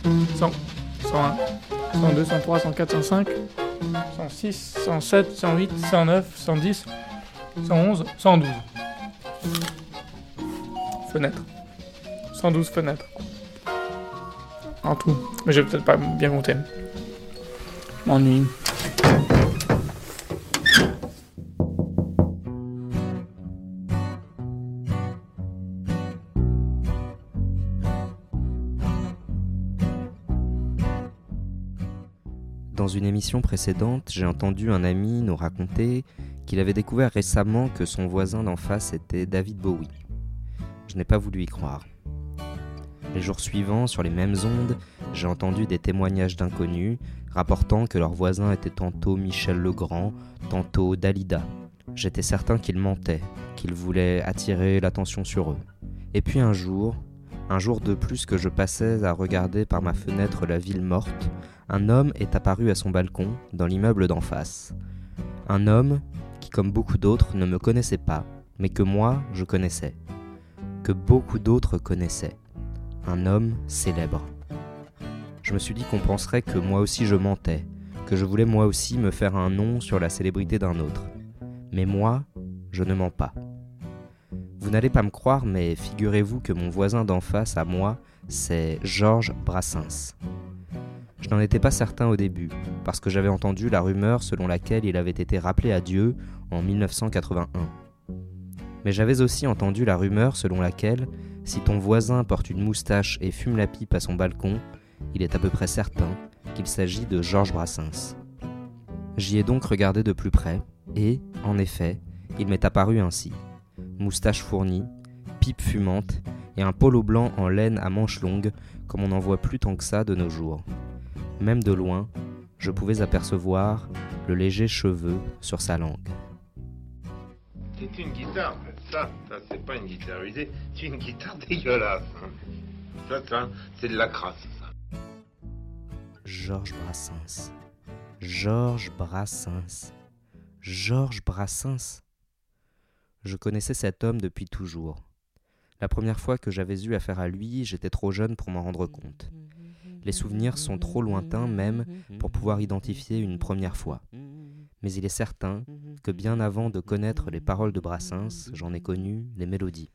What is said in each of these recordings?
100, 101, 102, 103, 104, 105, 106, 107, 108, 109, 110, 111, 112. Fenêtres. 112 fenêtres. En tout. Mais j'ai peut-être pas bien compté. Je m'ennuie. Dans une émission précédente, j'ai entendu un ami nous raconter qu'il avait découvert récemment que son voisin d'en face était David Bowie. Je n'ai pas voulu y croire. Les jours suivants, sur les mêmes ondes, j'ai entendu des témoignages d'inconnus rapportant que leur voisin était tantôt Michel Legrand, tantôt Dalida. J'étais certain qu'ils mentaient, qu'ils voulaient attirer l'attention sur eux. Et puis un jour de plus que je passais à regarder par ma fenêtre la ville morte, un homme est apparu à son balcon, dans l'immeuble d'en face. Un homme qui, comme beaucoup d'autres, ne me connaissait pas, mais que moi, je connaissais. Que beaucoup d'autres connaissaient. Un homme célèbre. Je me suis dit qu'on penserait que moi aussi je mentais, que je voulais moi aussi me faire un nom sur la célébrité d'un autre. Mais moi, je ne mens pas. Vous n'allez pas me croire, mais figurez-vous que mon voisin d'en face à moi, c'est Georges Brassens. Je n'en étais pas certain au début, parce que j'avais entendu la rumeur selon laquelle il avait été rappelé à Dieu en 1981. Mais j'avais aussi entendu la rumeur selon laquelle, si ton voisin porte une moustache et fume la pipe à son balcon, il est à peu près certain qu'il s'agit de Georges Brassens. J'y ai donc regardé de plus près, et, en effet, il m'est apparu ainsi. Moustache fournie, pipe fumante, et un polo blanc en laine à manches longues, comme on n'en voit plus tant que ça de nos jours. Même de loin, je pouvais apercevoir le léger cheveu sur sa langue. C'est une guitare, ça c'est pas une guitare usée, c'est une guitare dégueulasse. Ça, c'est de la crasse, ça. Georges Brassens. Georges Brassens. Georges Brassens. Je connaissais cet homme depuis toujours. La première fois que j'avais eu affaire à lui, j'étais trop jeune pour m'en rendre compte. Les souvenirs sont trop lointains même pour pouvoir identifier une première fois. Mais il est certain que bien avant de connaître les paroles de Brassens, j'en ai connu les mélodies.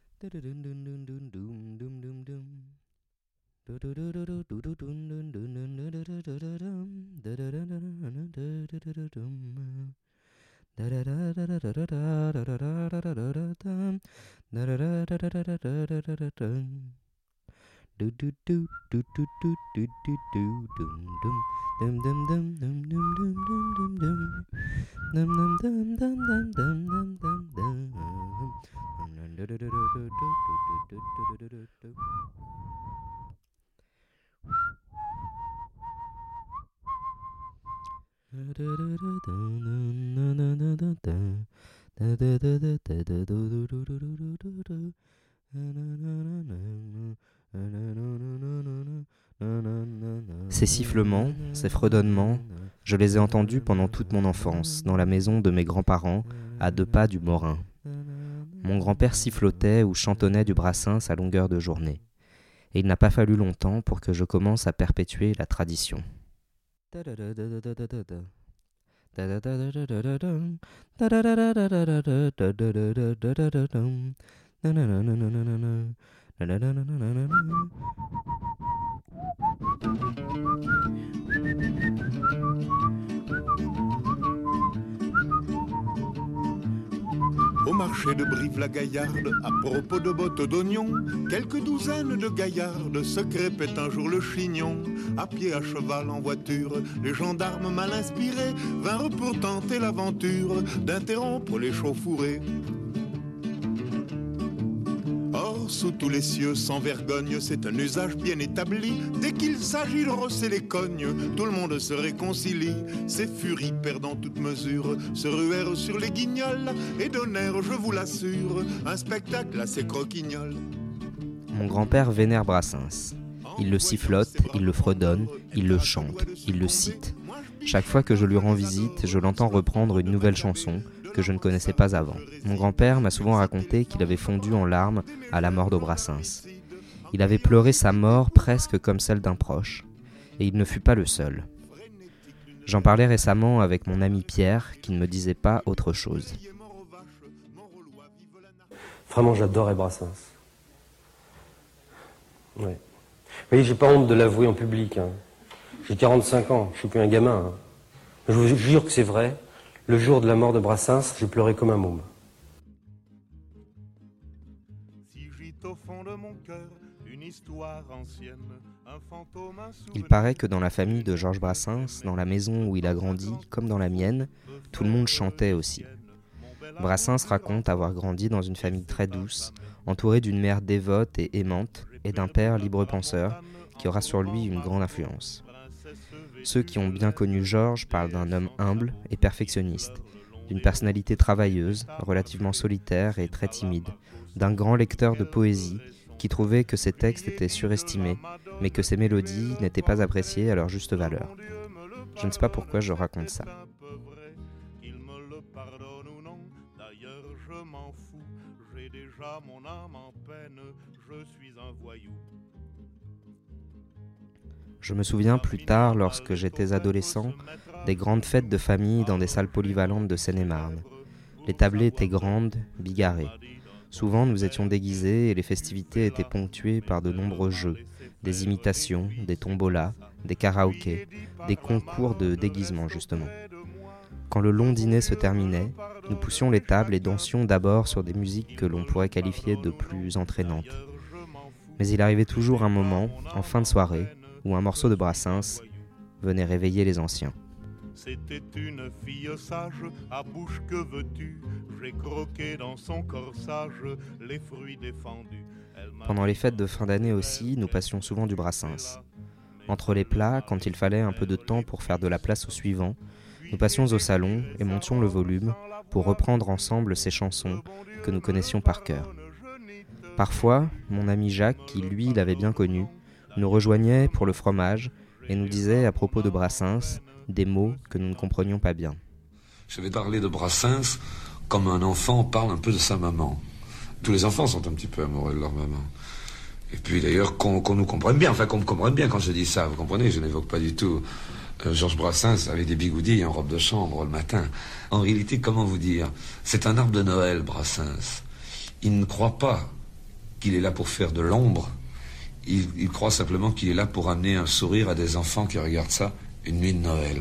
Ces sifflements, ces fredonnements, je les ai entendus pendant toute mon enfance, dans la maison de mes grands-parents, à 2 pas du Morin. Mon grand-père sifflotait ou chantonnait du Brassens à longueur de journée. Et il n'a pas fallu longtemps pour que je commence à perpétuer la tradition. Au marché de Brive-la-Gaillarde, à propos de bottes d'oignons, quelques douzaines de gaillardes se crêpaient un jour le chignon. À pied, à cheval, en voiture, les gendarmes mal inspirés vinrent pour tenter l'aventure d'interrompre les chauffourées. Or, sous tous les cieux, sans vergogne, c'est un usage bien établi. Dès qu'il s'agit de rosser les cognes, tout le monde se réconcilie. Ces furies perdant toute mesure se ruèrent sur les guignols et donnèrent, je vous l'assure, un spectacle assez croquignol. Mon grand-père vénère Brassens. Il le sifflote, il le fredonne, il le chante, il le cite. Chaque fois que je lui rends visite, je l'entends reprendre une nouvelle chanson que je ne connaissais pas avant. Mon grand-père m'a souvent raconté qu'il avait fondu en larmes à la mort de Brassens. Il avait pleuré sa mort presque comme celle d'un proche. Et il ne fut pas le seul. J'en parlais récemment avec mon ami Pierre, qui ne me disait pas autre chose. Vraiment, j'adorais Brassens. Ouais. Vous voyez, j'ai pas honte de l'avouer en public. Hein. J'ai 45 ans, je suis plus un gamin. Hein. Je vous jure que c'est vrai. Le jour de la mort de Brassens, j'ai pleuré comme un môme. Il paraît que dans la famille de Georges Brassens, dans la maison où il a grandi, comme dans la mienne, tout le monde chantait aussi. Brassens raconte avoir grandi dans une famille très douce, entourée d'une mère dévote et aimante, et d'un père libre-penseur, qui aura sur lui une grande influence. Ceux qui ont bien connu Georges parlent d'un homme humble et perfectionniste, d'une personnalité travailleuse, relativement solitaire et très timide, d'un grand lecteur de poésie, qui trouvait que ses textes étaient surestimés, mais que ses mélodies n'étaient pas appréciées à leur juste valeur. Je ne sais pas pourquoi je raconte ça. Je me souviens plus tard, lorsque j'étais adolescent, des grandes fêtes de famille dans des salles polyvalentes de Seine-et-Marne. Les tablées étaient grandes, bigarrées. Souvent, nous étions déguisés et les festivités étaient ponctuées par de nombreux jeux, des imitations, des tombolas, des karaokés, des concours de déguisement justement. Quand le long dîner se terminait, nous poussions les tables et dansions d'abord sur des musiques que l'on pourrait qualifier de plus entraînantes. Mais il arrivait toujours un moment, en fin de soirée, où un morceau de Brassens venait réveiller les anciens. C'était une fille sage, à bouche que veux-tu, j'ai croqué dans son corsage les fruits défendus. Pendant les fêtes de fin d'année aussi, nous passions souvent du Brassens. Entre les plats, quand il fallait un peu de temps pour faire de la place au suivant, nous passions au salon et montions le volume pour reprendre ensemble ces chansons que nous connaissions par cœur. Parfois, mon ami Jacques, qui lui l'avait bien connu, nous rejoignait pour le fromage et nous disait à propos de Brassens des mots que nous ne comprenions pas bien. Je vais parler de Brassens comme un enfant parle un peu de sa maman. Tous les enfants sont un petit peu amoureux de leur maman. Et puis d'ailleurs qu'on nous comprenne bien, enfin qu'on me comprenne bien quand je dis ça, vous comprenez, je n'évoque pas du tout Georges Brassens avec des bigoudis en robe de chambre le matin. En réalité, comment vous dire, c'est un arbre de Noël, Brassens. Il ne croit pas qu'il est là pour faire de l'ombre. Il croit simplement qu'il est là pour amener un sourire à des enfants qui regardent ça une nuit de Noël.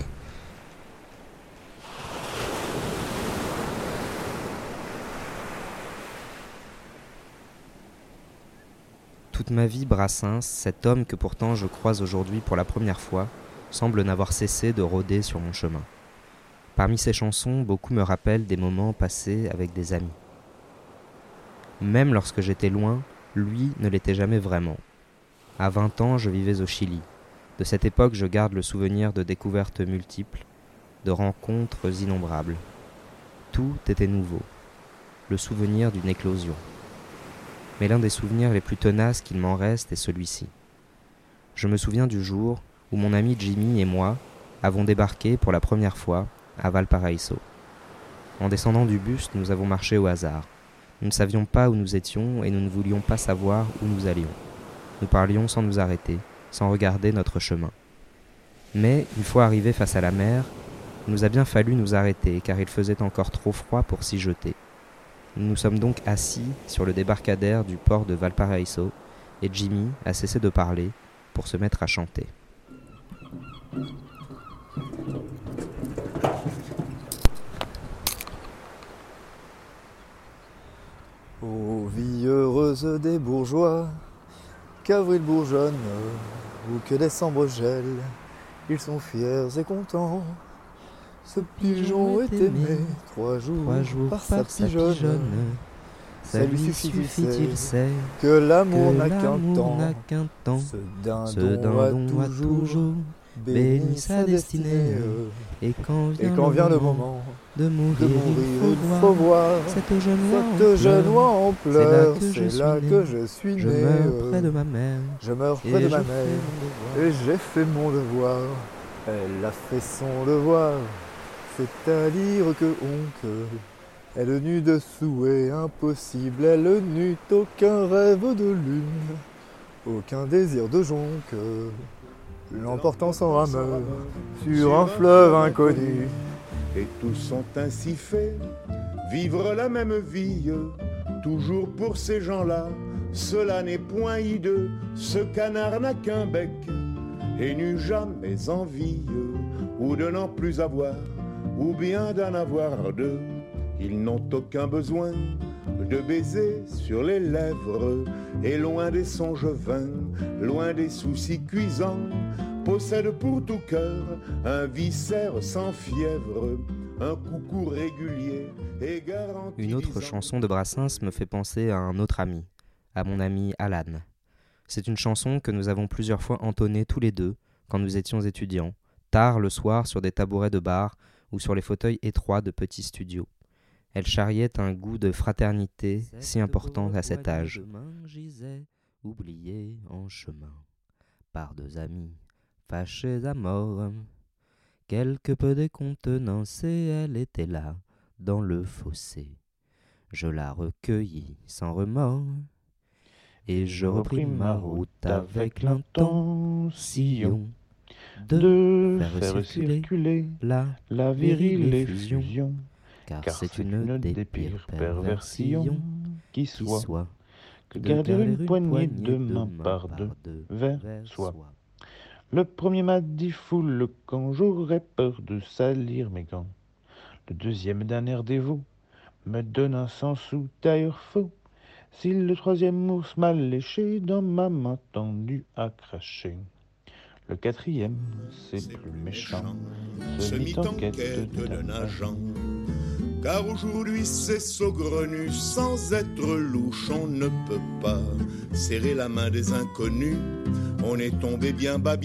Toute ma vie, Brassens, cet homme que pourtant je croise aujourd'hui pour la première fois, semble n'avoir cessé de rôder sur mon chemin. Parmi ses chansons, beaucoup me rappellent des moments passés avec des amis. Même lorsque j'étais loin, lui ne l'était jamais vraiment. À 20 ans, je vivais au Chili. De cette époque, je garde le souvenir de découvertes multiples, de rencontres innombrables. Tout était nouveau. Le souvenir d'une éclosion. Mais l'un des souvenirs les plus tenaces qu'il m'en reste est celui-ci. Je me souviens du jour où mon ami Jimmy et moi avons débarqué pour la première fois à Valparaiso. En descendant du bus, nous avons marché au hasard. Nous ne savions pas où nous étions et nous ne voulions pas savoir où nous allions. Nous parlions sans nous arrêter, sans regarder notre chemin. Mais, une fois arrivés face à la mer, il nous a bien fallu nous arrêter car il faisait encore trop froid pour s'y jeter. Nous nous sommes donc assis sur le débarcadère du port de Valparaiso et Jimmy a cessé de parler pour se mettre à chanter. Ô vie heureuse des bourgeois, qu'avril bourgeonne ou que décembre gèle, ils sont fiers et contents. Ce pigeon est aimé 3 jours par sa pigeonne. Ça lui suffit-il sait que l'amour n'a qu'un temps. Ce dindon a toujours béni sa destinée. Et quand vient le moment de mourir, il faut voir cette jeune oie en pleurs. C'est là que je suis né. Je meurs près de ma mère. Et j'ai fait mon devoir. Elle a fait son devoir. C'est-à-dire que elle n'eut de souhait impossible, elle n'eut aucun rêve de lune, aucun désir de jonque. l'emportant sans rameur sur un fleuve inconnu. Et tous sont ainsi faits, vivre la même vie, toujours pour ces gens-là, cela n'est point hideux, ce canard n'a qu'un bec, et n'eut jamais envie, ou de n'en plus avoir, ou bien d'en avoir deux. Ils n'ont aucun besoin de baiser sur les lèvres, et loin des songes vains, loin des soucis cuisants, possèdent pour tout cœur un viscère sans fièvre, un coucou régulier et garanti. Une autre chanson de Brassens me fait penser à un autre ami, à mon ami Alan. C'est une chanson que nous avons plusieurs fois entonnée tous les deux quand nous étions étudiants, tard le soir sur des tabourets de bar ou sur les fauteuils étroits de petits studios. Elle charriait un goût de fraternité si important à cet âge. Gisait, oublié en chemin, par deux amis fâchés à mort. Quelque peu décontenancée, elle était là, dans le fossé. Je la recueillis sans remords, et je repris ma route avec l'intention de faire circuler la virile effusion, car c'est une des pires perversions qui soit que garder une poignée de main par deux vers soi. Le premier m'a dit foule quand j'aurais peur de salir mes gants. Le deuxième d'un air dévot me donne un 100 sous tailleur faux. Si le troisième ours mal léché dans ma main tendue a craché. Le quatrième, c'est plus méchant, se mit en quête d'un agent. Car aujourd'hui c'est saugrenu, sans être louche, on ne peut pas serrer la main des inconnus. On est tombé bien bas,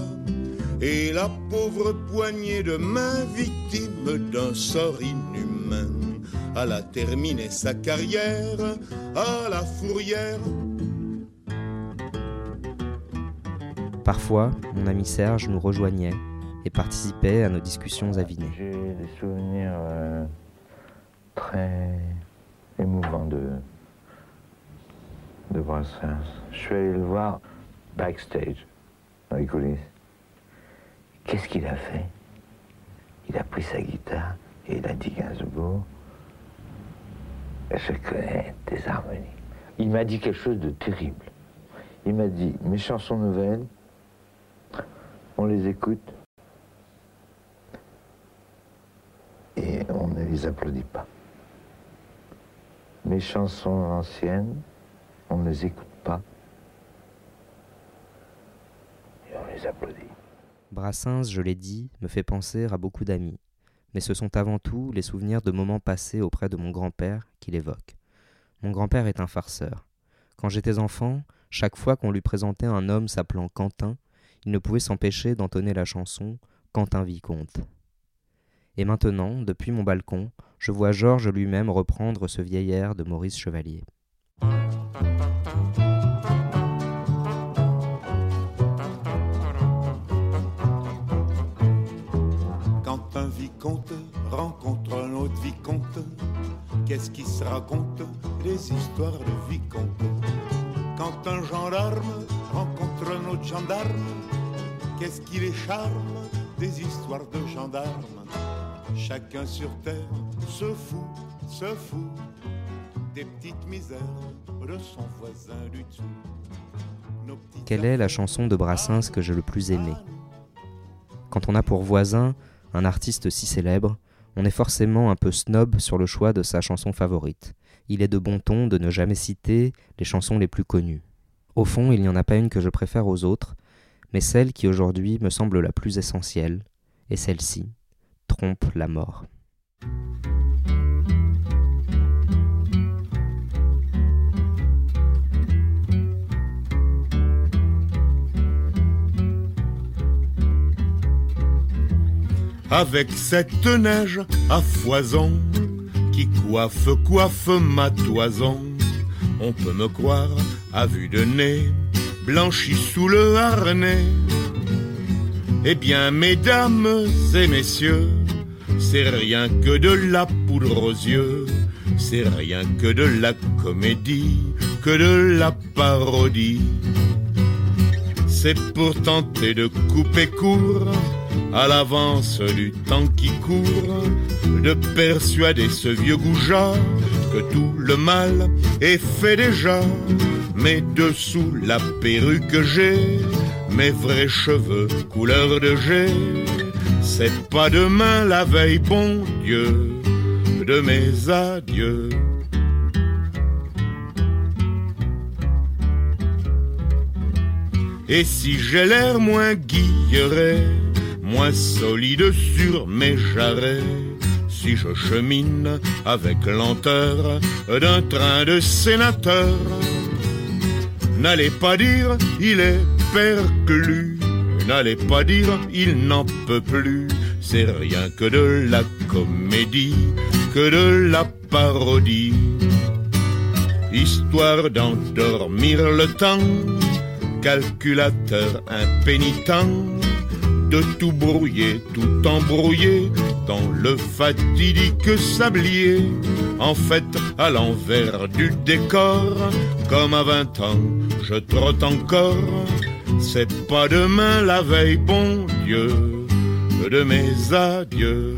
et la pauvre poignée de main, victime d'un sort inhumain, elle a terminé sa carrière à la fourrière. Parfois, mon ami Serge nous rejoignait et participait à nos discussions avinées. J'ai des souvenirs très émouvants de Brassens. Je suis allé le voir backstage, dans les coulisses. Qu'est-ce qu'il a fait? Il a pris sa guitare et il a dit Gainsbourg, je connais tes harmonies. Il m'a dit quelque chose de terrible. Il m'a dit, mes chansons nouvelles, on les écoute et on ne les applaudit pas. Mes chansons anciennes, on ne les écoute pas et on les applaudit. Brassens, je l'ai dit, me fait penser à beaucoup d'amis, mais ce sont avant tout les souvenirs de moments passés auprès de mon grand-père qu'il évoque. Mon grand-père est un farceur. Quand j'étais enfant, chaque fois qu'on lui présentait un homme s'appelant Quentin, il ne pouvait s'empêcher d'entonner la chanson « Quentin Vicomte ». Et maintenant, depuis mon balcon, je vois Georges lui-même reprendre ce vieil air de Maurice Chevalier. Quand un vicomte rencontre un autre vicomte, qu'est-ce qui se raconte? Des histoires de vicomte. Quand un gendarme rencontre un autre gendarme, qu'est-ce qui les charme? Des histoires de gendarmes. Chacun sur terre se fout des petites misères de son voisin du dessous. Quelle est la chanson de Brassens que j'ai le plus aimée? Quand on a pour voisin un artiste si célèbre, on est forcément un peu snob sur le choix de sa chanson favorite. Il est de bon ton de ne jamais citer les chansons les plus connues. Au fond, il n'y en a pas une que je préfère aux autres, mais celle qui aujourd'hui me semble la plus essentielle est celle-ci, Trompe la mort. Avec cette neige à foison qui coiffe ma toison, on peut me croire à vue de nez, blanchi sous le harnais. Eh bien, mesdames et messieurs, c'est rien que de la poudre aux yeux, c'est rien que de la comédie, que de la parodie. c'est pour tenter de couper court à l'avance du temps qui court, de persuader ce vieux goujat que tout le mal est fait déjà. Mais dessous la perruque que j'ai, mes vrais cheveux couleur de jet, c'est pas demain la veille, bon Dieu, de mes adieux. Et si j'ai l'air moins guilleret, moins solide sur mes jarrets, si je chemine avec lenteur d'un train de sénateur, n'allez pas dire il est perclus, n'allez pas dire il n'en peut plus, c'est rien que de la comédie, que de la parodie, histoire d'endormir le temps, calculateur impénitent, de tout brouiller, tout embrouiller dans le fatidique sablier. En fait, à l'envers du décor, comme à 20 ans, je trotte encore. C'est pas demain la veille, bon Dieu, de mes adieux.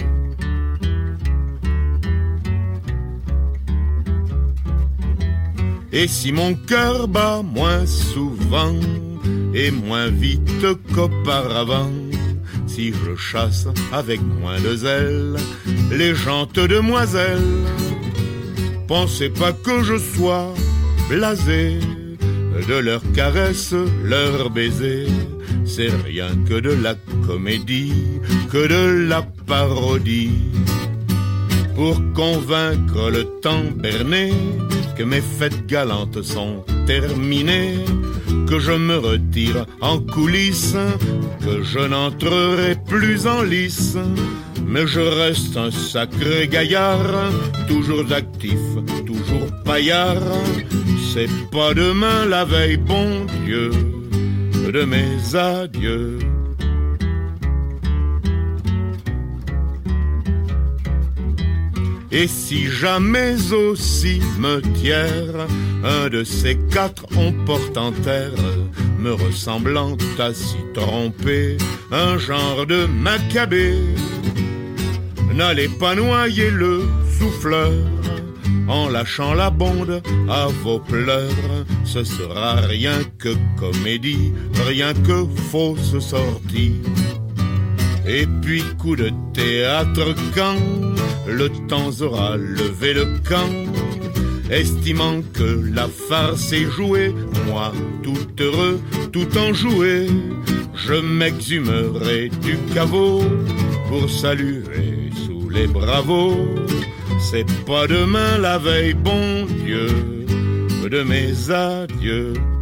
Et si mon cœur bat moins souvent et moins vite qu'auparavant, si je chasse avec moins de zèle les gentes demoiselles, pensez pas que je sois blasé de leurs caresses, leurs baisers, c'est rien que de la comédie, que de la parodie, pour convaincre le temps berné que mes fêtes galantes sont terminées, que je me retire en coulisses, que je n'entrerai plus en lice, mais je reste un sacré gaillard, toujours actif, toujours paillard. C'est pas demain la veille, bon Dieu, de mes adieux. Et si jamais au cimetière un de ces quatre on porte en terre, me ressemblant à s'y tromper, un genre de Maccabée, n'allez pas noyer le souffleur en lâchant la bonde à vos pleurs, ce sera rien que comédie, rien que fausse sortie. Et puis coup de théâtre quand le temps aura levé le camp, estimant que la farce est jouée, moi tout heureux, tout enjoué, je m'exhumerai du caveau pour saluer sous les bravos. C'est pas demain la veille, bon Dieu, de mes adieux.